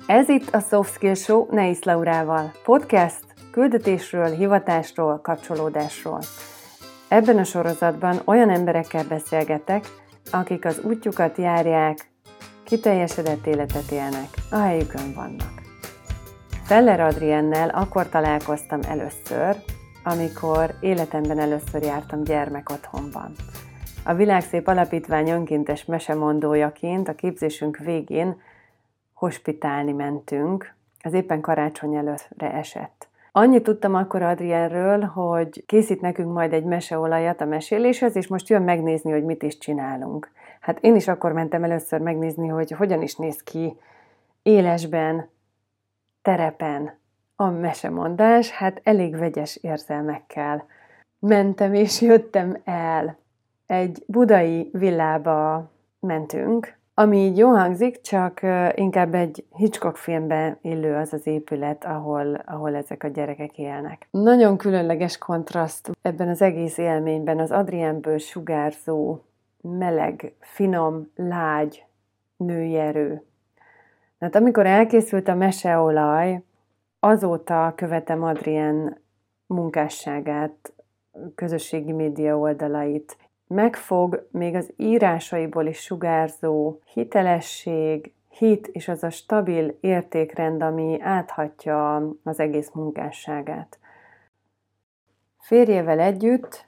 Ez itt a Soft Skills Show Neis Laurával. Podcast küldetésről, hivatásról, kapcsolódásról. Ebben a sorozatban olyan emberekkel beszélgetek, akik az útjukat járják, kiteljesedett életet élnek, a helyükön vannak. Feller Adriennel akkor találkoztam először, amikor életemben először jártam gyermekotthonban. A Világszép Alapítvány önkéntes mesemondójaként a képzésünk végén hospitálni mentünk, az éppen karácsony előttre esett. Annyit tudtam akkor Adrienről, hogy készít nekünk majd egy meseolajat a meséléshez, és most jön megnézni, hogy mit is csinálunk. Hát én is akkor mentem először megnézni, hogy hogyan is néz ki élesben, terepen a mesemondás, hát elég vegyes érzelmekkel mentem és jöttem el. Egy budai villába mentünk, ami így jól hangzik, csak inkább egy Hitchcock filmben illő az az épület, ahol ezek a gyerekek élnek. Nagyon különleges kontraszt ebben az egész élményben az Adrienből sugárzó, meleg, finom, lágy női erő. Hát amikor elkészült a meseolaj, azóta követem Adrien munkásságát, közösségi média oldalait. Megfog még az írásaiból is sugárzó hitelesség, hit és az a stabil értékrend, ami áthatja az egész munkásságát. Férjével együtt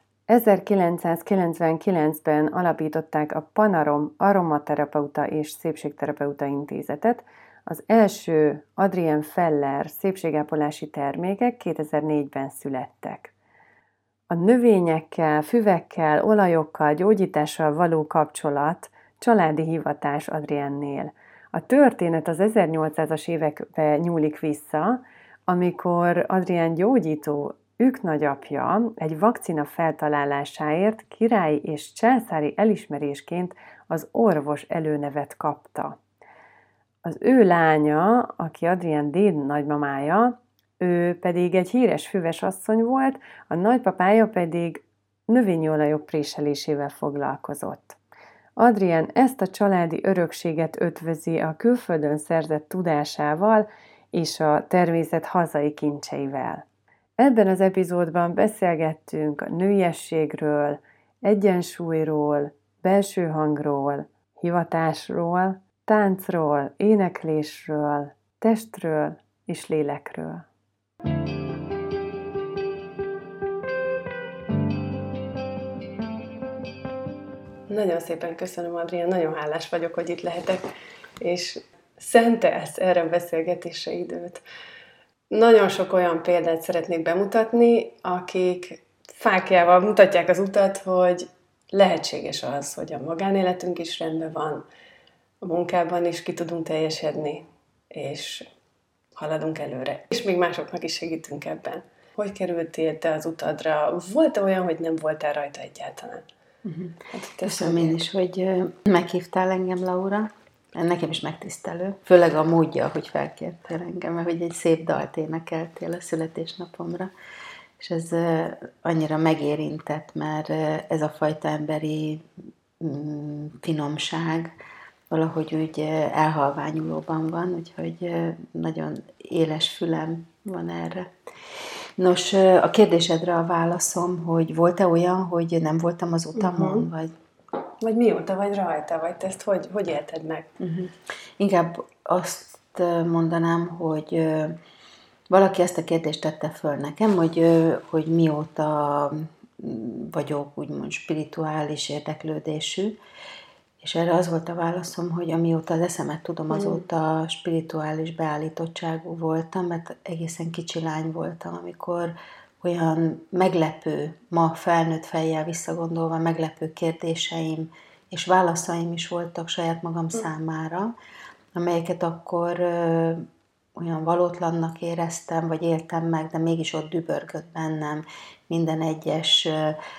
1999-ben alapították a Panarom Aromaterapeuta és Szépségterapeuta Intézetet. Az első Adrien Feller szépségápolási termékek 2004-ben születtek. A növényekkel, füvekkel, olajokkal, gyógyítással való kapcsolat családi hivatás Adriennél. A történet az 1800-as évekbe nyúlik vissza, amikor Adrien gyógyító nagyapja egy vakcina feltalálásáért királyi és császári elismerésként az orvos előnevet kapta. Az ő lánya, aki Adrien déd nagymamája, ő pedig egy híres füves asszony volt, a nagypapája pedig növényi olajok préselésével foglalkozott. Adrien ezt a családi örökséget ötvözi a külföldön szerzett tudásával és a természet hazai kincseivel. Ebben az epizódban beszélgettünk a nőiességről, egyensúlyról, belső hangról, hivatásról, táncról, éneklésről, testről és lélekről. Nagyon szépen köszönöm, Adrien, nagyon hálás vagyok, hogy itt lehetek, és szentelsz erre a beszélgetésre időt. Nagyon sok olyan példát szeretnék bemutatni, akik fáklyával mutatják az utat, hogy lehetséges az, hogy a magánéletünk is rendben van, a munkában is ki tudunk teljesedni, és haladunk előre. És még másoknak is segítünk ebben. Hogy kerültél te az utadra? Volt-e olyan, hogy nem voltál rajta egyáltalán? Hát, köszönöm én is, hogy meghívtál engem, Laura. Nekem is megtisztelő. Főleg a módja, hogy felkértél engem, mert hogy egy szép dalt énekeltél a születésnapomra. És ez annyira megérintett, mert ez a fajta emberi finomság valahogy úgy elhalványulóban van, úgyhogy nagyon éles fülem van erre. Nos, a kérdésedre a válaszom, hogy volt-e olyan, hogy nem voltam az utamon, vagy mióta vagy rajta, vagy te ezt hogy élted meg? Inkább azt mondanám, hogy valaki ezt a kérdést tette föl nekem, hogy mióta vagyok úgymond spirituális érdeklődésű, és erre az volt a válaszom, hogy amióta az eszemet tudom, azóta spirituális beállítottságú voltam, mert egészen kicsi lány voltam, amikor olyan meglepő, ma felnőtt fejjel visszagondolva meglepő kérdéseim és válaszaim is voltak saját magam számára, amelyeket akkor olyan valótlannak éreztem, vagy éltem meg, de mégis ott dübörgött bennem minden egyes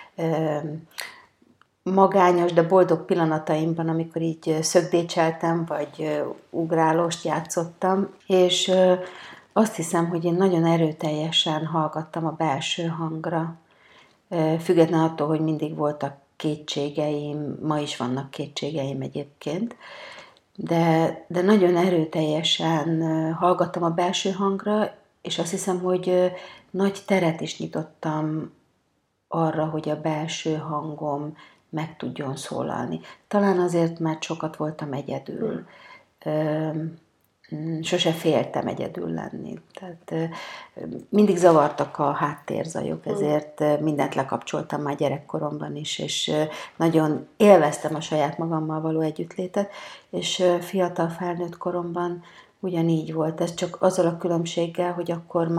magányos, de boldog pillanataimban, amikor így szögdécseltem, vagy ugrálóst játszottam, és azt hiszem, hogy én nagyon erőteljesen hallgattam a belső hangra, függetlenül attól, hogy mindig voltak kétségeim, ma is vannak kétségeim egyébként, de nagyon erőteljesen hallgattam a belső hangra, és azt hiszem, hogy nagy teret is nyitottam arra, hogy a belső hangom meg tudjon szólalni. Talán azért, mert sokat voltam egyedül. Sose féltem egyedül lenni. Tehát mindig zavartak a háttérzajok, ezért mindent lekapcsoltam már gyerekkoromban is, és nagyon élveztem a saját magammal való együttlétet, és fiatal felnőtt koromban ugyanígy volt. Ez csak azzal a különbséggel, hogy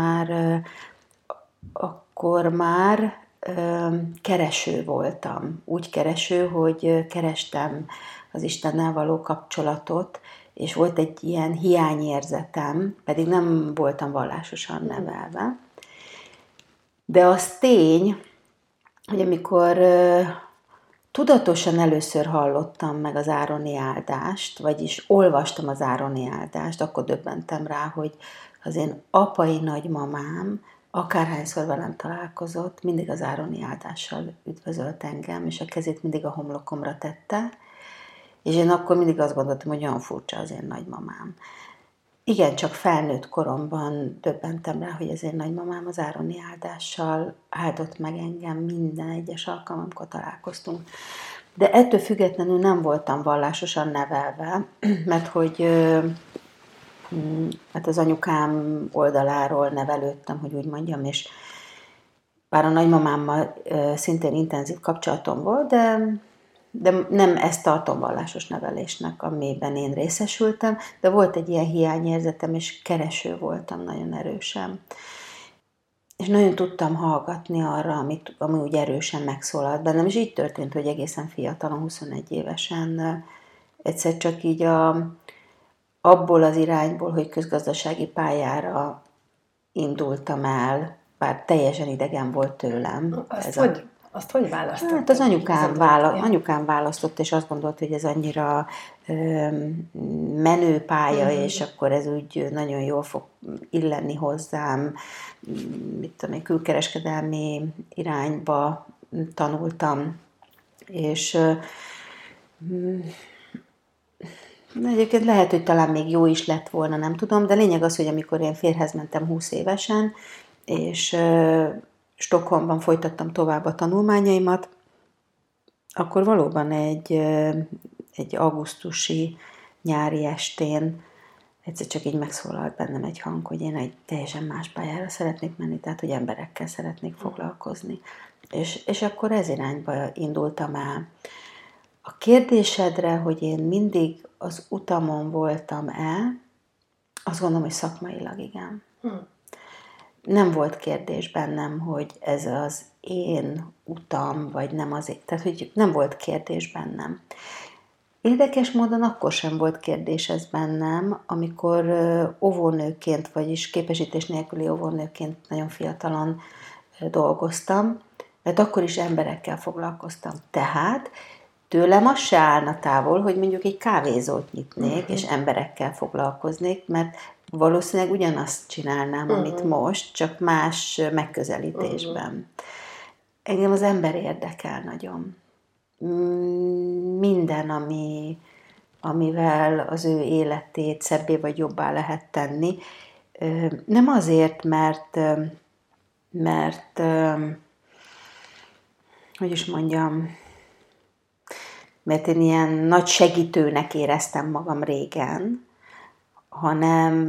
akkor már kereső voltam. Úgy kereső, hogy kerestem az Istennel való kapcsolatot, és volt egy ilyen hiányérzetem, pedig nem voltam vallásosan nevelve. De az tény, hogy amikor tudatosan először hallottam meg az ároni áldást, vagyis olvastam az ároni áldást, akkor döbbentem rá, hogy az én apai nagymamám akárhányszor velem találkozott, mindig az ároni áldással üdvözölt engem, és a kezét mindig a homlokomra tette, és én akkor mindig azt gondoltam, hogy olyan furcsa az én nagymamám. Igen, csak felnőtt koromban döbbentem rá, hogy az én nagymamám az ároni áldással áldott meg engem minden egyes alkalom, amikor találkoztunk. De ettől függetlenül nem voltam vallásosan nevelve, mert hogy az anyukám oldaláról nevelődtem, hogy úgy mondjam, és bár a nagymamámmal szintén intenzív kapcsolatom volt, de nem ezt tartom vallásos nevelésnek, amiben én részesültem, de volt egy ilyen hiányérzetem, és kereső voltam nagyon erősen. És nagyon tudtam hallgatni arra, ami úgy erősen megszólalt bennem, és így történt, hogy egészen fiatalon, 21 évesen egyszer csak így abból az irányból, hogy közgazdasági pályára indultam el, bár teljesen idegen volt tőlem. Azt hogy választott? Hát az anyukám választott, és azt gondolt, hogy ez annyira menő pálya, és akkor ez úgy nagyon jól fog illeni hozzám. Mit tudom én, külkereskedelmi irányba tanultam, és egyébként lehet, hogy talán még jó is lett volna, nem tudom, de lényeg az, hogy amikor én férjhez mentem 20 évesen, és Stockholmban folytattam tovább a tanulmányaimat, akkor valóban egy augusztusi nyári estén egyszer csak így megszólalt bennem egy hang, hogy én egy teljesen más pályára szeretnék menni, tehát hogy emberekkel szeretnék foglalkozni. És akkor ez irányba indultam el. A kérdésedre, hogy én mindig az utamon voltam-e, azt gondolom, hogy szakmailag igen. Nem volt kérdés bennem, hogy ez az én utam, vagy nem az én. Tehát, hogy nem volt kérdés bennem. Érdekes módon akkor sem volt kérdés ez bennem, amikor óvónőként, vagyis képesítés nélküli óvónőként nagyon fiatalon dolgoztam, mert akkor is emberekkel foglalkoztam. Tehát tőlem az se állna távol, hogy mondjuk egy kávézót nyitnék, és emberekkel foglalkoznék, mert valószínűleg ugyanazt csinálnám, amit most, csak más megközelítésben. Engem az ember érdekel nagyon. Minden, amivel az ő életét szebbé vagy jobbá lehet tenni. Nem azért, mert hogy is mondjam, mert én ilyen nagy segítőnek éreztem magam régen, hanem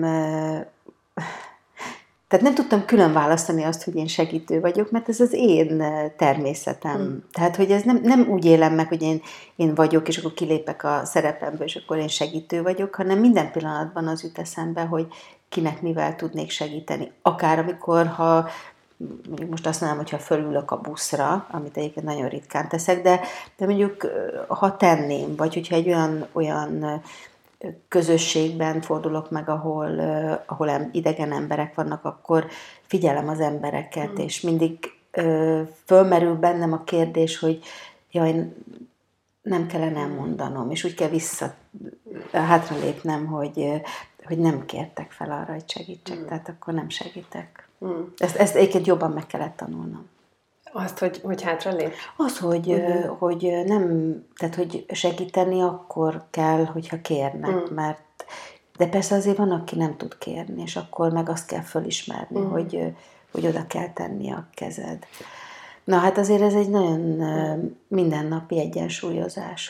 tehát nem tudtam külön választani azt, hogy én segítő vagyok, mert ez az én természetem. Tehát, hogy ez nem úgy élem meg, hogy én vagyok, és akkor kilépek a szerepemből, és akkor én segítő vagyok, hanem minden pillanatban az jut eszembe, hogy kinek mivel tudnék segíteni. Akár amikor, ha most azt mondanám, hogyha fölülök a buszra, amit egyébként nagyon ritkán teszek, de mondjuk ha tenném, vagy hogyha egy olyan közösségben fordulok meg, ahol idegen emberek vannak, akkor figyelem az embereket, és mindig fölmerül bennem a kérdés, hogy jaj, nem kellene elmondanom, és úgy kell hátralépnem, hogy nem kértek fel arra, hogy segítsek, tehát akkor nem segítek. Ezt egyébként jobban meg kellett tanulnom. Azt, hogy hátralép? Az, hogy nem, tehát hogy segíteni akkor kell, hogyha kérnek, mert de persze azért van, aki nem tud kérni, és akkor meg azt kell fölismerni, hogy oda kell tenni a kezed. Na hát azért ez egy nagyon mindennapi egyensúlyozás,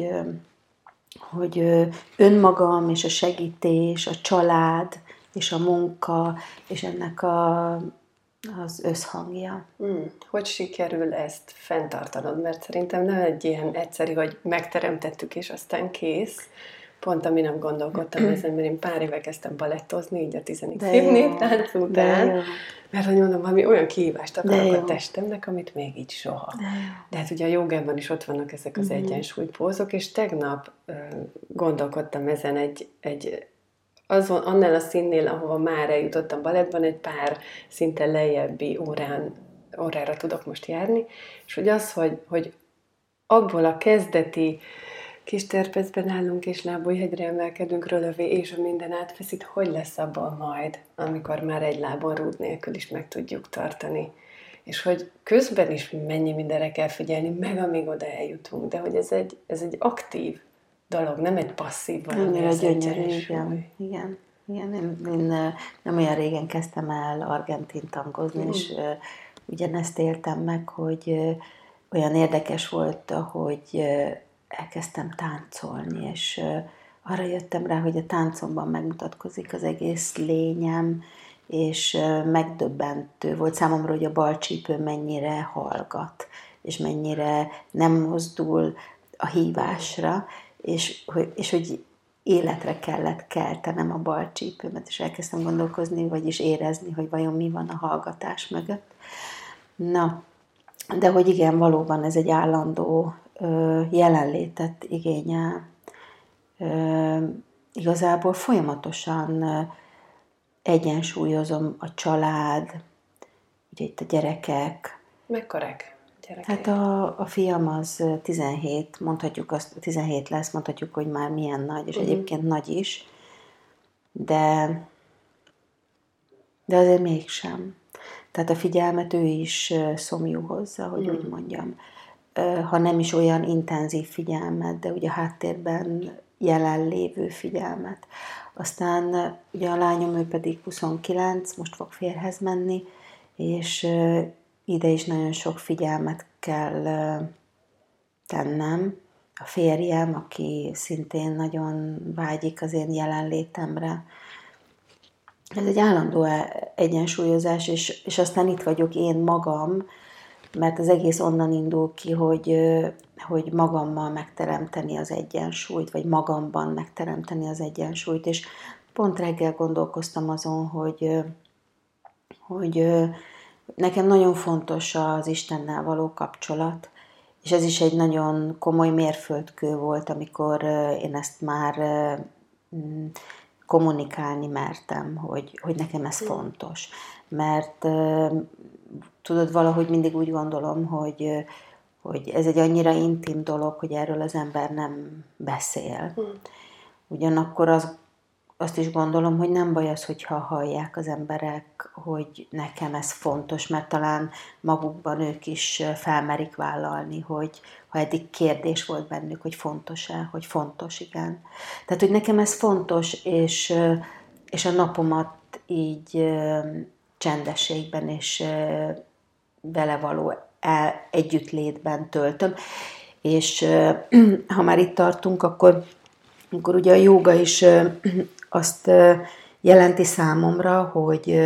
hogy önmagam és a segítés, a család és a munka, és ennek az összhangja. Hogy sikerül ezt fenntartanod? Mert szerintem nem egy ilyen egyszerű, hogy megteremtettük és aztán kész. Pont a minap gondolkodtam ezen, mert én pár éve kezdtem balettozni, így a 10. néptánc után. Mert hogy mondom, valami olyan kihívást akarok a testemnek, amit még így soha. De hát ugye a jogában is ott vannak ezek az egyensúlypózok, és tegnap gondolkodtam ezen annál a színnél, ahova már eljutottam balettban, egy pár szinte lejjebbi órára tudok most járni, és hogy az, hogy abból a kezdeti kis terpecben állunk, és lábújhegyre emelkedünk, rölövé, és a minden átfeszít, hogy lesz abból majd, amikor már egy lábon rúd nélkül is meg tudjuk tartani. És hogy közben is mennyi mindenre kell figyelni, meg amíg oda eljutunk, de hogy ez egy aktív dolog, nem egy passzív valami. Annyira gyönyörű, igen. Én nem olyan régen kezdtem el argentin tangozni, és ugyanezt éltem meg, hogy olyan érdekes volt, ahogy elkezdtem táncolni, és arra jöttem rá, hogy a táncomban megmutatkozik az egész lényem, és megdöbbentő volt számomra, hogy a balcsípő mennyire hallgat, és mennyire nem mozdul a hívásra, és hogy életre kellett keltenem a balcsípőmet, és elkezdtem gondolkozni, vagyis érezni, hogy vajon mi van a hallgatás mögött. Na, de hogy igen, valóban ez egy állandó jelenlétet igényel. Igazából folyamatosan egyensúlyozom a család, ugye itt a gyerekek. Mekkorák gyerekek? Hát a fiam az 17, mondhatjuk azt, 17 lesz, mondhatjuk, hogy már milyen nagy, és egyébként nagy is, de azért mégsem. Tehát a figyelmet ő is szomjú hozzá, hogy úgy mondjam. Ha nem is olyan intenzív figyelmet, de ugye a háttérben jelenlévő figyelmet. Aztán ugye a lányom, ő pedig 29, most fog férjhez menni, és ide is nagyon sok figyelmet kell tennem. A férjem, aki szintén nagyon vágyik az én jelenlétemre. Ez egy állandó egyensúlyozás, és aztán itt vagyok én magam, mert az egész onnan indul ki, hogy magammal megteremteni az egyensúlyt, vagy magamban megteremteni az egyensúlyt, és pont reggel gondolkoztam azon, hogy nekem nagyon fontos az Istennel való kapcsolat, és ez is egy nagyon komoly mérföldkő volt, amikor én ezt már kommunikálni mertem, hogy nekem ez fontos. Mert tudod, valahogy mindig úgy gondolom, hogy ez egy annyira intim dolog, hogy erről az ember nem beszél. Ugyanakkor azt is gondolom, hogy nem baj az, hogyha hallják az emberek, hogy nekem ez fontos, mert talán magukban ők is felmerik vállalni, hogy ha eddig kérdés volt bennük, hogy fontos-e, hogy fontos, igen. Tehát, hogy nekem ez fontos, és a napomat így csendességben és vele való együttlétben töltöm. És ha már itt tartunk, akkor ugye a jóga is azt jelenti számomra, hogy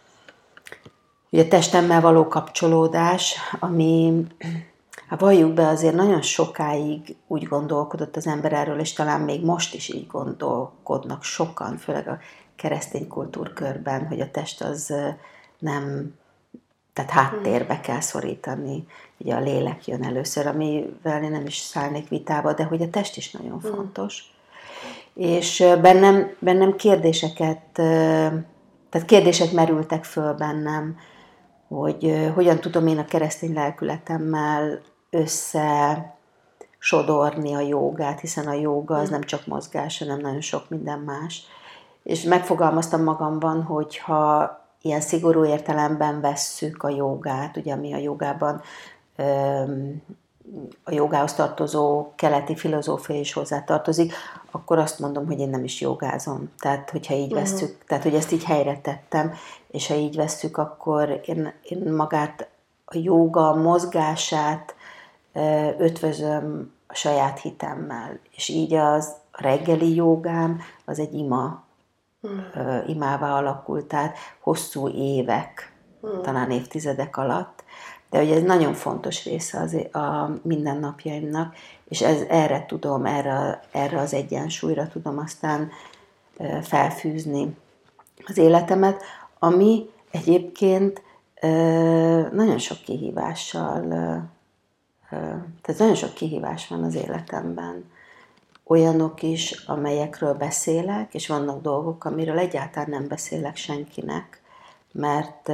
a testemmel való kapcsolódás, ami, hát valljuk be, azért nagyon sokáig úgy gondolkodott az ember erről, és talán még most is így gondolkodnak sokan, főleg a keresztény kultúrkörben, hogy a test az nem, tehát háttérbe kell szorítani, ugye a lélek jön először, amivel én nem is szállnék vitába, de hogy a test is nagyon fontos. És bennem kérdések merültek föl bennem, hogy hogyan tudom én a keresztény lelkületemmel összesodorni a jógát, hiszen a jóga az nem csak mozgás, hanem nagyon sok minden más. És megfogalmaztam magamban, hogy ha ilyen szigorú értelemben vesszük a jogát, ugye ami a jogához tartozó keleti filozófia is hozzá tartozik, akkor azt mondom, hogy én nem is jogázom. Tehát, hogyha így vesszük, tehát, hogy ezt így helyre tettem, és ha így vesszük, akkor én magát a jóga mozgását ötvözöm a saját hitemmel. És így az reggeli jogám az egy imává alakult, tehát hosszú évek, talán évtizedek alatt. De hogy ez nagyon fontos része a mindennapjaimnak, és erre az egyensúlyra tudom aztán felfűzni az életemet, ami egyébként nagyon sok kihívással, tehát nagyon sok kihívás van az életemben. Olyanok is, amelyekről beszélek, és vannak dolgok, amiről egyáltalán nem beszélek senkinek, mert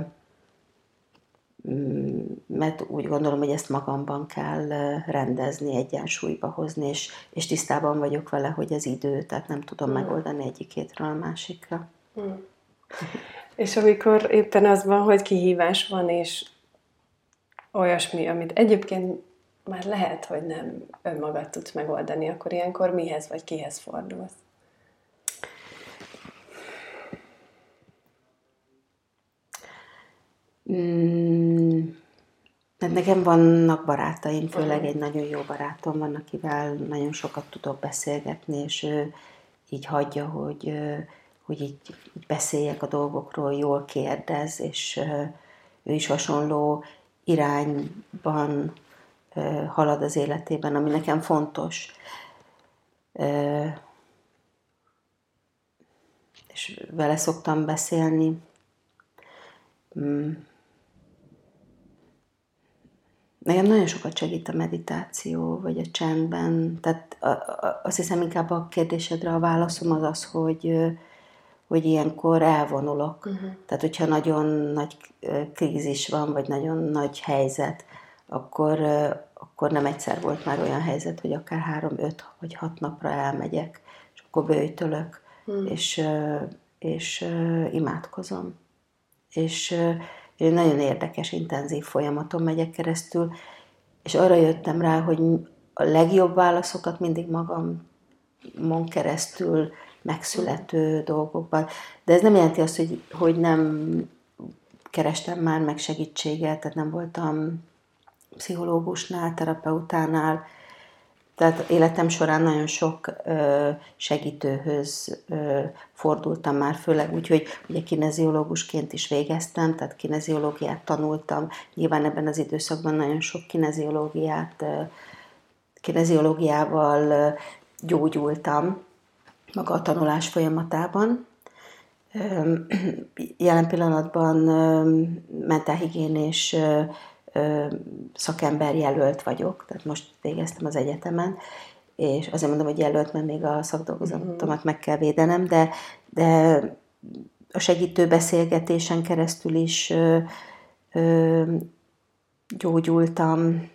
úgy gondolom, hogy ezt magamban kell rendezni, egyensúlyba hozni, és tisztában vagyok vele, hogy ez idő, tehát nem tudom megoldani egyik hétről a másikra. És amikor éppen az van, hogy kihívás van, és olyasmi, amit egyébként már lehet, hogy nem önmagad tudsz megoldani, akkor ilyenkor mihez vagy kihez fordulsz? Mert nekem vannak barátaim, főleg egy nagyon jó barátom van, akivel nagyon sokat tudok beszélgetni, és ő így hagyja, hogy így beszéljek a dolgokról, jól kérdez, és ő is hasonló irányban halad az életében, ami nekem fontos. És vele szoktam beszélni. Nekem nagyon sokat segít a meditáció, vagy a csendben. Tehát azt hiszem, inkább a kérdésedre a válaszom az, hogy ilyenkor elvonulok. Tehát, hogyha nagyon nagy krízis van, vagy nagyon nagy helyzet, akkor nem egyszer volt már olyan helyzet, hogy akár 3, 5 vagy 6 napra elmegyek, és akkor böjtölök, és imádkozom. És egy nagyon érdekes, intenzív folyamaton megyek keresztül, és arra jöttem rá, hogy a legjobb válaszokat mindig magamon keresztül megszülető dolgokban. De ez nem jelenti azt, hogy nem kerestem már meg segítséget, tehát nem voltam pszichológusnál, terapeutánál. Tehát életem során nagyon sok segítőhöz fordultam már, főleg úgy, hogy ugye kineziológusként is végeztem, tehát kineziológiát tanultam. Nyilván ebben az időszakban nagyon sok kineziológiával gyógyultam maga a tanulás folyamatában. Jelen pillanatban mentálhigiénés szakember jelölt vagyok, tehát most végeztem az egyetemen, és azért mondom, hogy jelölt, mert még a szakdolgozatomat meg kell védenem, de a segítő beszélgetésen keresztül is gyógyultam.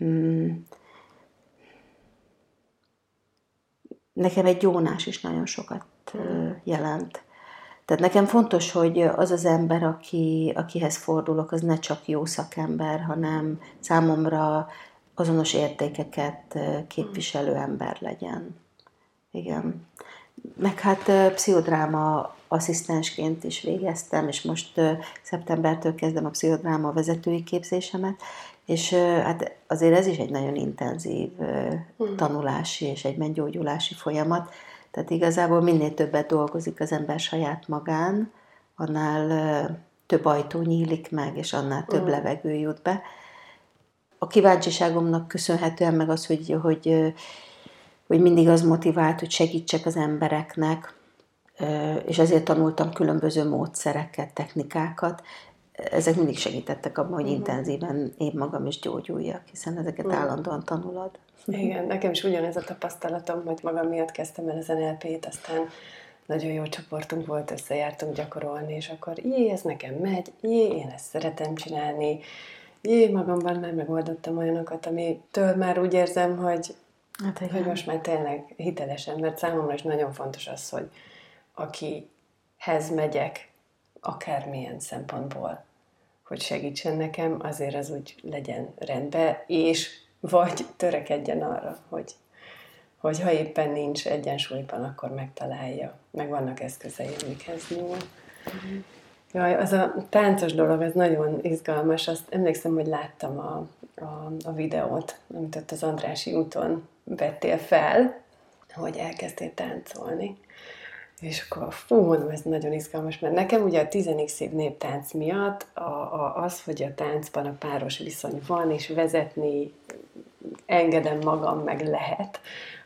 Nekem egy gyónás is nagyon sokat jelent. Tehát nekem fontos, hogy az az ember, akihez fordulok, az ne csak jó szakember, hanem számomra azonos értékeket képviselő ember legyen. Igen. Meg hát pszichodráma asszisztensként is végeztem, és most szeptembertől kezdem a pszichodráma vezetői képzésemet, és hát azért ez is egy nagyon intenzív tanulási és egybengyógyulási folyamat. Tehát igazából minél többet dolgozik az ember saját magán, annál több ajtó nyílik meg, és annál több levegő jut be. A kíváncsiságomnak köszönhetően meg az, hogy mindig az motivált, hogy segítsek az embereknek, és ezért tanultam különböző módszereket, technikákat. Ezek mindig segítettek abban, hogy intenzíven én magam is gyógyuljak, hiszen ezeket állandóan tanulod. Igen, nekem is ugyanez a tapasztalatom, hogy magam miatt kezdtem el az NLP-t, aztán nagyon jó csoportunk volt, összejártunk gyakorolni, és akkor ez nekem megy, én ezt szeretem csinálni, magamban már megoldottam olyanokat, amitől már úgy érzem, hogy most már tényleg hitelesen, mert számomra is nagyon fontos az, hogy akihez megyek, akármilyen szempontból, hogy segítsen nekem, azért az úgy legyen rendben, és vagy törekedjen arra, hogy ha éppen nincs egyensúlyban, akkor megtalálja. Meg vannak eszközei, amikhez nyúl. Jaj, az a táncos dolog, ez nagyon izgalmas. Azt emlékszem, hogy láttam a videót, amit ott az Andrássy úton vettél fel, hogy elkezdtél táncolni. És akkor mondom, ez nagyon izgalmas, mert nekem ugye a 10x év néptánc miatt az, hogy a táncban a páros viszony van, és vezetni engedem magam, meg lehet,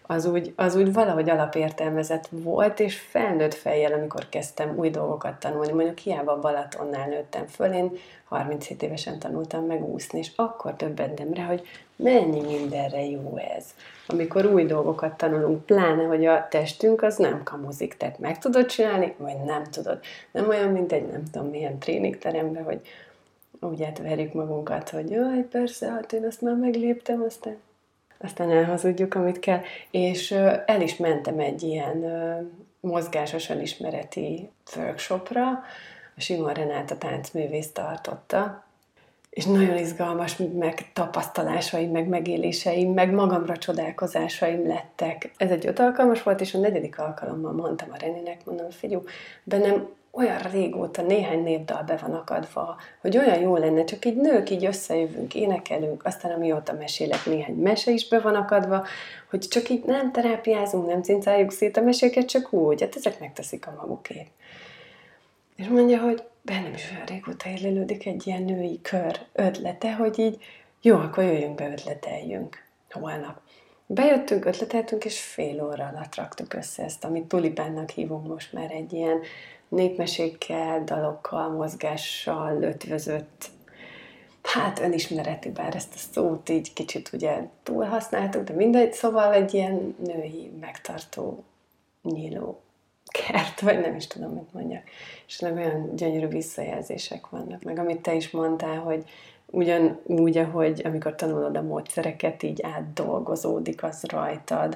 az úgy valahogy alapértelmezett volt, és felnőtt fejjel, amikor kezdtem új dolgokat tanulni, mondjuk hiába Balatonnál nőttem föl, én 37 évesen tanultam meg úszni, és akkor döbbentem rá, hogy mennyi mindenre jó ez. Amikor új dolgokat tanulunk, pláne, hogy a testünk az nem kamuzik, tehát meg tudod csinálni, vagy nem tudod. Nem olyan, mint egy nem tudom milyen tréningteremben, hogy úgy átverjük magunkat, hogy jaj, persze, hát én azt már megléptem, aztán elhazudjuk, amit kell. És el is mentem egy ilyen mozgásos önismereti workshopra, a Simon Renáta táncművész tartotta, és nagyon izgalmas meg tapasztalásaim, meg megéléseim, meg magamra csodálkozásaim lettek. Ez egy 5 alkalmas volt, és a 4. alkalommal mondtam a Reninek, mondom, figyelj, bennem olyan régóta néhány népdal be van akadva, hogy olyan jó lenne, csak így nők így összejövünk, énekelünk, aztán amióta mesélek, néhány mese is be van akadva, hogy csak így nem terápiázunk, nem cincáljuk szét a meséket, csak úgy, hát ezek megteszik a magukét. És mondja, hogy bennem is olyan régóta érlelődik egy ilyen női kör ötlete, hogy így jó, akkor jöjjünk be, ötleteljünk holnap. Bejöttünk, ötleteltünk, és fél óra alatt raktuk össze ezt, amit tulipánnak hívunk most már, egy ilyen népmesékkel, dalokkal, mozgással ötvözött, hát önismereti, bár ezt a szót így kicsit ugye túlhasználtuk, de mindegy, szóval egy ilyen női megtartó nyíló kert, vagy nem is tudom, mit mondjak. És olyan gyönyörű visszajelzések vannak, meg amit te is mondtál, hogy ugyanúgy, ahogy amikor tanulod a módszereket, így átdolgozódik az rajtad.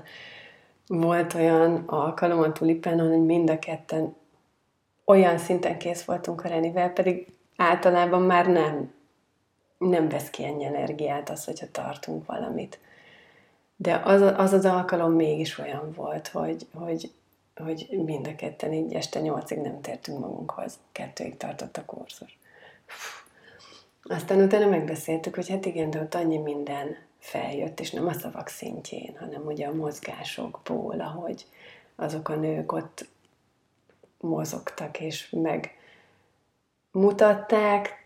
Volt olyan alkalom a Tulipánon, hogy mind a ketten olyan szinten kész voltunk a Renivel, pedig általában már nem vesz ki ennyi energiát az, hogyha tartunk valamit. De az alkalom mégis olyan volt, hogy mind a ketten így este 8-ig nem tértünk magunkhoz. 2-ig tartott a kurzus. Aztán utána megbeszéltük, hogy hát igen, de ott annyi minden feljött, és nem a szavak szintjén, hanem ugye a mozgásokból, ahogy azok a nők ott mozogtak, és megmutatták,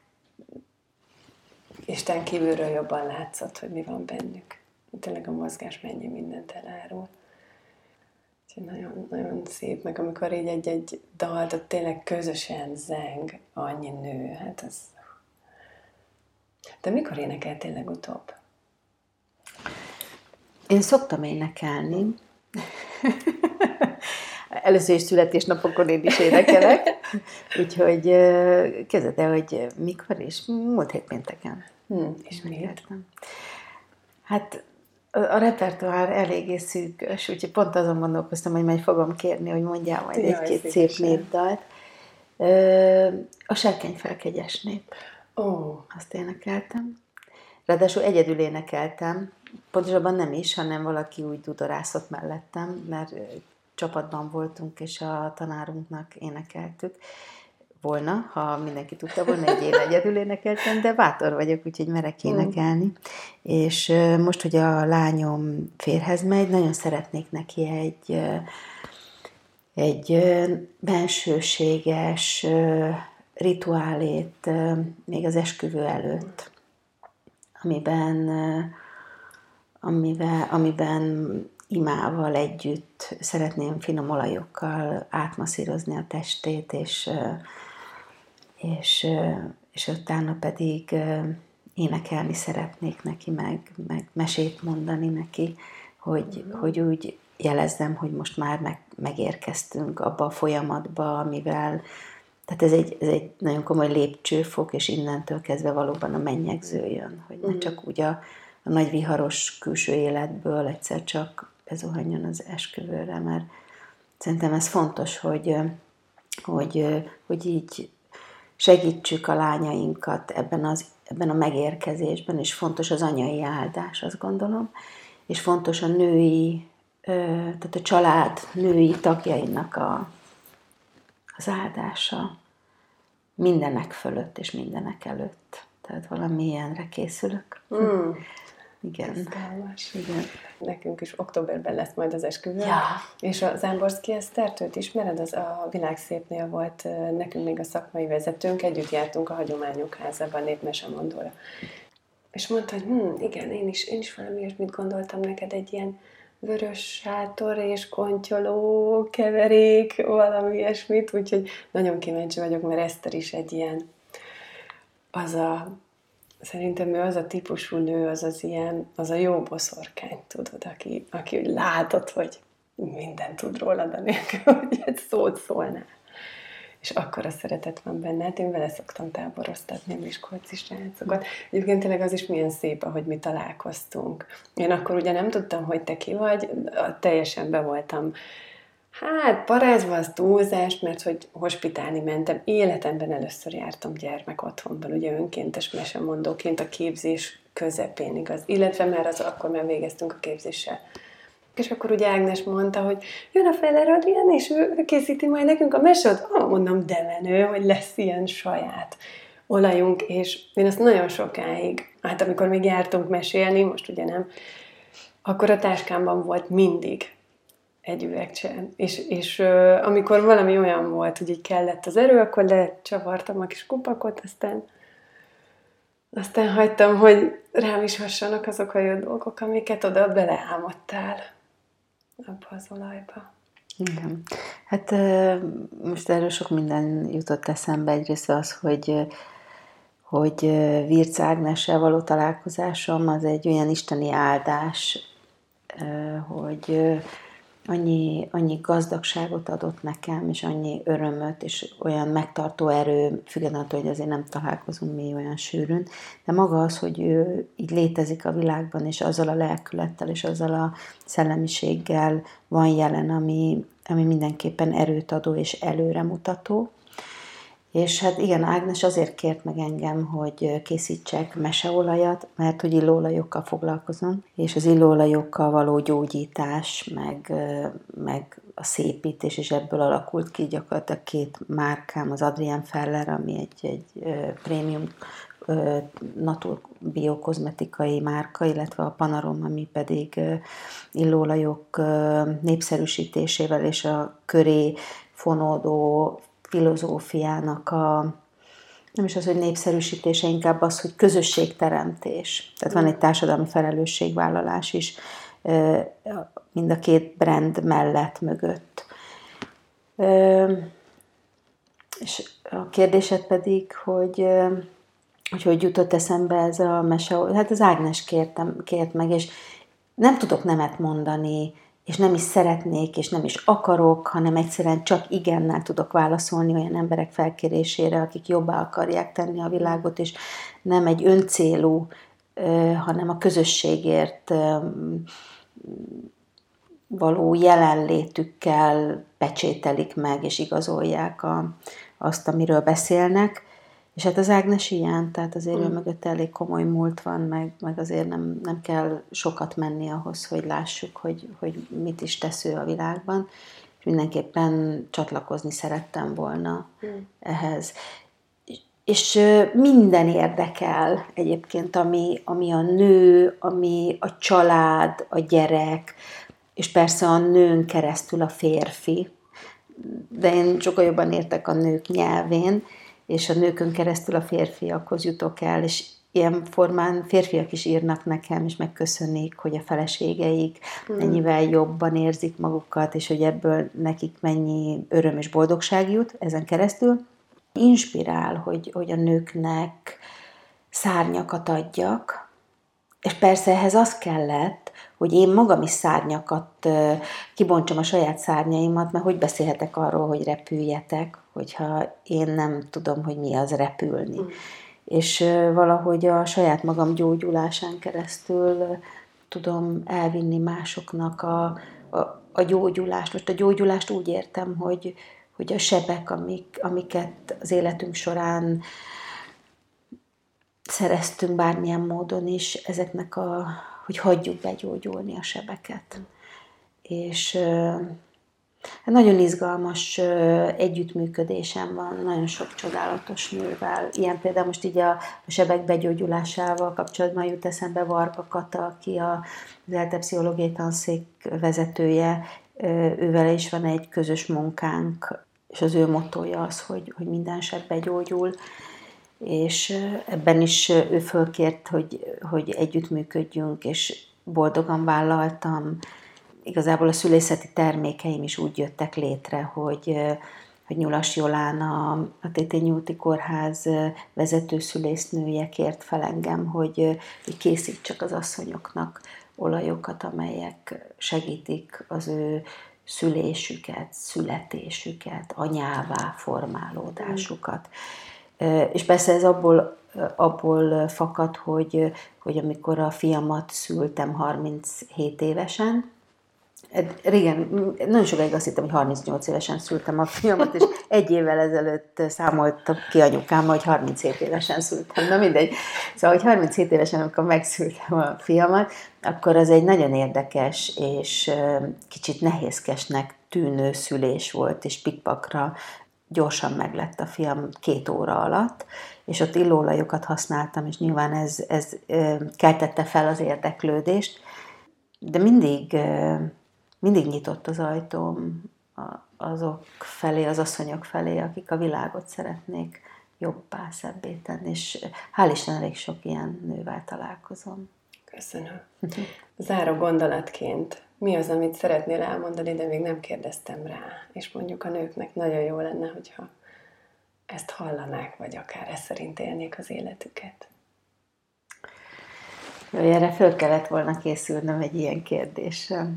Isten kívülről jobban látszott, hogy mi van bennük. Tényleg a mozgás mennyi mindent elárul. Nagyon, nagyon szép, meg amikor így egy dalt, ott tényleg közösen zeng annyi nő, hát az... De mikor énekeltél legutóbb? Én szoktam énekelni. Először is születésnapokon én is énekelek. Úgyhogy kezdett el, hogy mikor is? Múlt hét pénteken. És miért? Hát a repertoár eléggé szűkös, úgyhogy pont azon gondolkoztam, hogy majd fogom kérni, hogy mondjál majd egy-két szép népdalt. A Serkeny-felkegyes nép. Azt énekeltem. Ráadásul egyedül énekeltem. Pontosabban nem is, hanem valaki úgy dudorászott mellettem, mert csapatban voltunk, és a tanárunknak énekeltük volna, ha mindenki tudta volna, hogy én egyedül énekeltem, de bátor vagyok, úgyhogy merek énekelni. És most, hogy a lányom férhez megy, nagyon szeretnék neki egy bensőséges rituálét még az esküvő előtt, amiben imával együtt szeretném finom olajokkal átmasszírozni a testét, és utána pedig énekelni szeretnék neki, meg mesét mondani neki, hogy úgy jelezzem, hogy most már megérkeztünk abba a folyamatba, amivel, tehát ez egy nagyon komoly lépcsőfok, és innentől kezdve valóban a mennyegző jön, hogy ne csak úgy a nagy viharos külső életből egyszer csak bezuhanjon az esküvőre, mert szerintem ez fontos, hogy így segítsük a lányainkat ebben a megérkezésben, és fontos az anyai áldás, azt gondolom, és fontos a női, tehát a család női tagjainak az áldása mindenek fölött és mindenek előtt. Tehát valami ilyenre készülök. Igen. Igen. Nekünk is októberben lesz majd az esküvő. Ja. És a Zámborszky Esztert, őt ismered? Az a Világszépnél volt nekünk még a szakmai vezetőnk, együtt jártunk a Hagyományok Házában népmesemondóra. És mondta, hogy igen, én is valami ilyesmit gondoltam neked, egy ilyen vörös sátor és kontyoló keverék, valami ilyesmit, úgyhogy nagyon kíváncsi vagyok, mert Eszter is egy ilyen, szerintem ő az a típusú nő, az a jó boszorkány, tudod, aki úgy látod, hogy mindent tud rólad, anélkül, hogy egy szót szólnál. És akkora szeretet van benne, hát én vele szoktam táboroztatni a miskolci srácokat. Egyébként tényleg az is milyen szép, ahogy mi találkoztunk. Én akkor ugye nem tudtam, hogy te ki vagy, teljesen be voltam, parázva az túlzás, mert hogy hospitálni mentem. Életemben először jártam gyermek otthonban, ugye önkéntes mesemondóként a képzés közepén, igaz? Illetve akkor már végeztünk a képzéssel. És akkor ugye Ágnes mondta, hogy jön a Feller Adrián, és ő készíti majd nekünk a mesét. Mondom, de menő, hogy lesz ilyen saját olajunk, és én azt nagyon sokáig, amikor még jártunk mesélni, most ugye nem, akkor a táskámban volt mindig egy üvegcse. És amikor valami olyan volt, hogy így kellett az erő, akkor lecsavartam a kis kupakot, aztán hagytam, hogy rám is hassanak azok a jó dolgok, amiket oda beleálmodtál abba az olajba. Igen. Hát most erről sok minden jutott eszembe. Egyrészt az, hogy Virc Ágnessel való találkozásom az egy olyan isteni áldás, hogy annyi gazdagságot adott nekem, és annyi örömöt, és olyan megtartó erő, függetlenül, hogy azért nem találkozunk mi olyan sűrűn, de maga az, hogy ő így létezik a világban, és azzal a lelkülettel, és azzal a szellemiséggel van jelen, ami mindenképpen erőt adó és előremutató. És hát igen, Ágnes azért kért meg engem, hogy készítsek meseolajat, mert hogy illóolajokkal foglalkozom, és az illóolajokkal való gyógyítás, meg a szépítés, és ebből alakult ki gyakorlatilag 2 márkám, az Adrián Feller, ami egy prémium naturbiokozmetikai márka, illetve a Panarom, ami pedig illóolajok népszerűsítésével és a köré fonódó filozófiának nem is az, hogy népszerűsítése, inkább az, hogy közösségteremtés. Tehát van egy társadalmi felelősségvállalás is mind a 2 brand mellett mögött. És a kérdésed pedig, hogy jutott eszembe ez a mese, hát az Ágnes kért meg, és nem tudok nemet mondani, és nem is szeretnék, és nem is akarok, hanem egyszerűen csak igennel tudok válaszolni olyan emberek felkérésére, akik jobbá akarják tenni a világot, és nem egy öncélú, hanem a közösségért való jelenlétükkel pecsételik meg, és igazolják azt, amiről beszélnek. És hát az Ágnes ilyen, tehát azért ő mögött elég komoly múlt van, meg azért nem kell sokat menni ahhoz, hogy lássuk, hogy mit is tesz ő a világban. És mindenképpen csatlakozni szerettem volna ehhez. És minden érdekel egyébként, ami a nő, ami a család, a gyerek, és persze a nőn keresztül a férfi. De én sokkal jobban értek a nők nyelvén, és a nőkön keresztül a férfiakhoz jutok el, és ilyen formán férfiak is írnak nekem, és megköszönik, hogy a feleségeik mennyivel jobban érzik magukat, és hogy ebből nekik mennyi öröm és boldogság jut ezen keresztül. Inspirál, hogy a nőknek szárnyakat adjak, és persze ehhez az kellett, hogy én magam is szárnyakat kibontsam a saját szárnyaimat, mert hogy beszélhetek arról, hogy repüljetek, hogyha én nem tudom, hogy mi az repülni. És valahogy a saját magam gyógyulásán keresztül tudom elvinni másoknak a gyógyulást. Most a gyógyulást úgy értem, hogy hogy a sebek, amiket az életünk során szereztünk bármilyen módon is, ezeknek hogy hagyjuk begyógyulni a sebeket. És nagyon izgalmas együttműködésem van, nagyon sok csodálatos nővel. Ilyen például most így a sebek begyógyulásával kapcsolatban jut eszembe Varga Kata, aki az ELTE pszichológiai tanszék vezetője. Ővel is van egy közös munkánk, és az ő mottója az, hogy minden seb begyógyul. És ebben is ő fölkért, hogy együttműködjünk, és boldogan vállaltam. Igazából a szülészeti termékeim is úgy jöttek létre, hogy Nyulas Jolán, a Tétényi úti kórház vezető szülésznője kért fel engem, hogy készítsek az asszonyoknak olajokat, amelyek segítik az ő szülésüket, születésüket, anyává formálódásukat. És persze ez abból fakad, hogy amikor a fiamat szültem 37 évesen, régen, nagyon sokáig azt hittem, hogy 38 évesen szültem a fiamat, és egy évvel ezelőtt számoltam ki anyukámmal, hogy 37 évesen szültem. Na mindegy. Szóval, hogy 37 évesen, amikor megszültem a fiamat, akkor az egy nagyon érdekes és kicsit nehézkesnek tűnő szülés volt, és pikpakra gyorsan meglett a fiam 2 óra alatt, és ott illóolajokat használtam, és nyilván ez keltette fel az érdeklődést, de mindig nyitott az ajtóm azok felé, az asszonyok felé, akik a világot szeretnék jobbá, szebbé tenni, és hál' Isten elég sok ilyen nővel találkozom. Köszönöm. Záró gondolatként, mi az, amit szeretnél elmondani, de még nem kérdeztem rá, és mondjuk a nőknek nagyon jó lenne, hogyha ezt hallanák, vagy akár ez szerint élnék az életüket? Jó, erre föl kellett volna készülnöm egy ilyen kérdésre.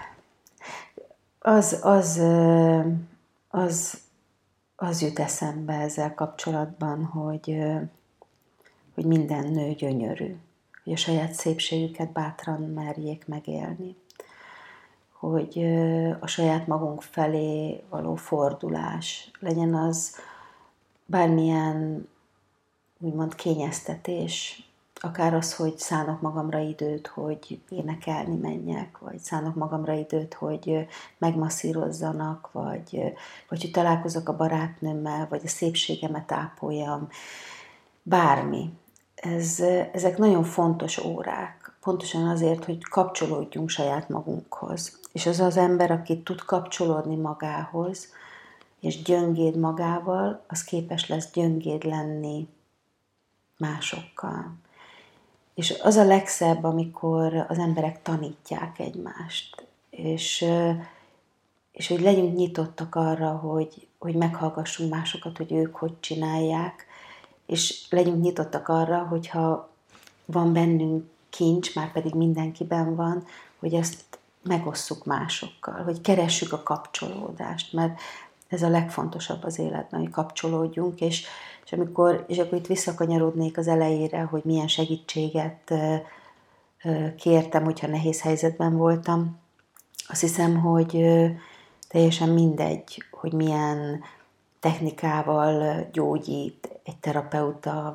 Az jut eszembe ezzel kapcsolatban, hogy minden nő gyönyörű, hogy a saját szépségüket bátran merjék megélni, hogy a saját magunk felé való fordulás legyen az bármilyen úgymond kényeztetés, akár az, hogy szánok magamra időt, hogy énekelni menjek, vagy szánok magamra időt, hogy megmasszírozzanak, vagy hogy találkozok a barátnőmmel, vagy a szépségemet ápoljam, bármi. Ezek nagyon fontos órák, pontosan azért, hogy kapcsolódjunk saját magunkhoz. És az ember, aki tud kapcsolódni magához, és gyöngéd magával, az képes lesz gyöngéd lenni másokkal. És az a legszebb, amikor az emberek tanítják egymást, és hogy legyünk nyitottak arra, hogy meghallgassunk másokat, hogy ők hogy csinálják, és legyünk nyitottak arra, hogyha van bennünk kincs, már pedig mindenkiben van, hogy ezt megosszuk másokkal, hogy keressük a kapcsolódást, mert ez a legfontosabb az életben, hogy kapcsolódjunk, és akkor itt visszakanyarodnék az elejére, hogy milyen segítséget kértem, hogyha nehéz helyzetben voltam. Azt hiszem, hogy teljesen mindegy, hogy milyen technikával gyógyít egy terapeuta,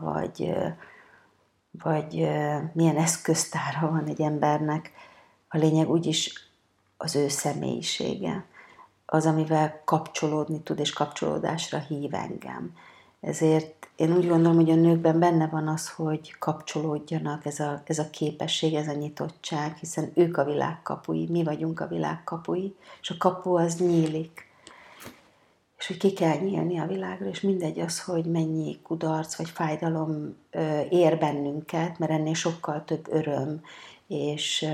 vagy milyen eszköztára van egy embernek. A lényeg úgyis az ő személyisége, az, amivel kapcsolódni tud, és kapcsolódásra hív engem. Ezért én úgy gondolom, hogy a nőkben benne van az, hogy kapcsolódjanak, ez a képesség, ez a nyitottság, hiszen ők a világ kapui, mi vagyunk a világ kapui, és a kapu az nyílik. És hogy ki kell nyílni a világra, és mindegy az, hogy mennyi kudarc vagy fájdalom ér bennünket, mert ennél sokkal több öröm, és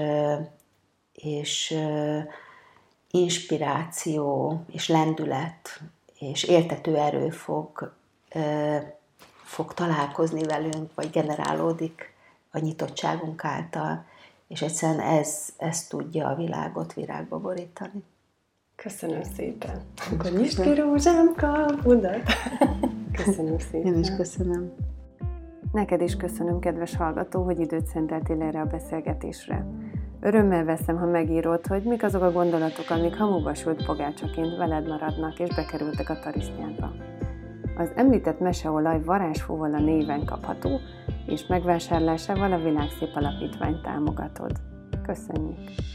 inspiráció, és lendület, és éltető erő fog találkozni velünk, vagy generálódik a nyitottságunk által, és egyszerűen ez tudja a világot virágba borítani. Köszönöm szépen. Akkor nyisd ki rózsám kapudat. Köszönöm szépen. Én is köszönöm. Neked is köszönöm, kedves hallgató, hogy időt szenteltél erre a beszélgetésre. Örömmel veszem, ha megírod, hogy mik azok a gondolatok, amik hamuba sült pogácsaként veled maradnak és bekerültek a tarisznyádba. Az említett meseolaj varázsfúvola néven kapható, és megvásárlásával a Világszép Alapítványt támogatod. Köszönjük!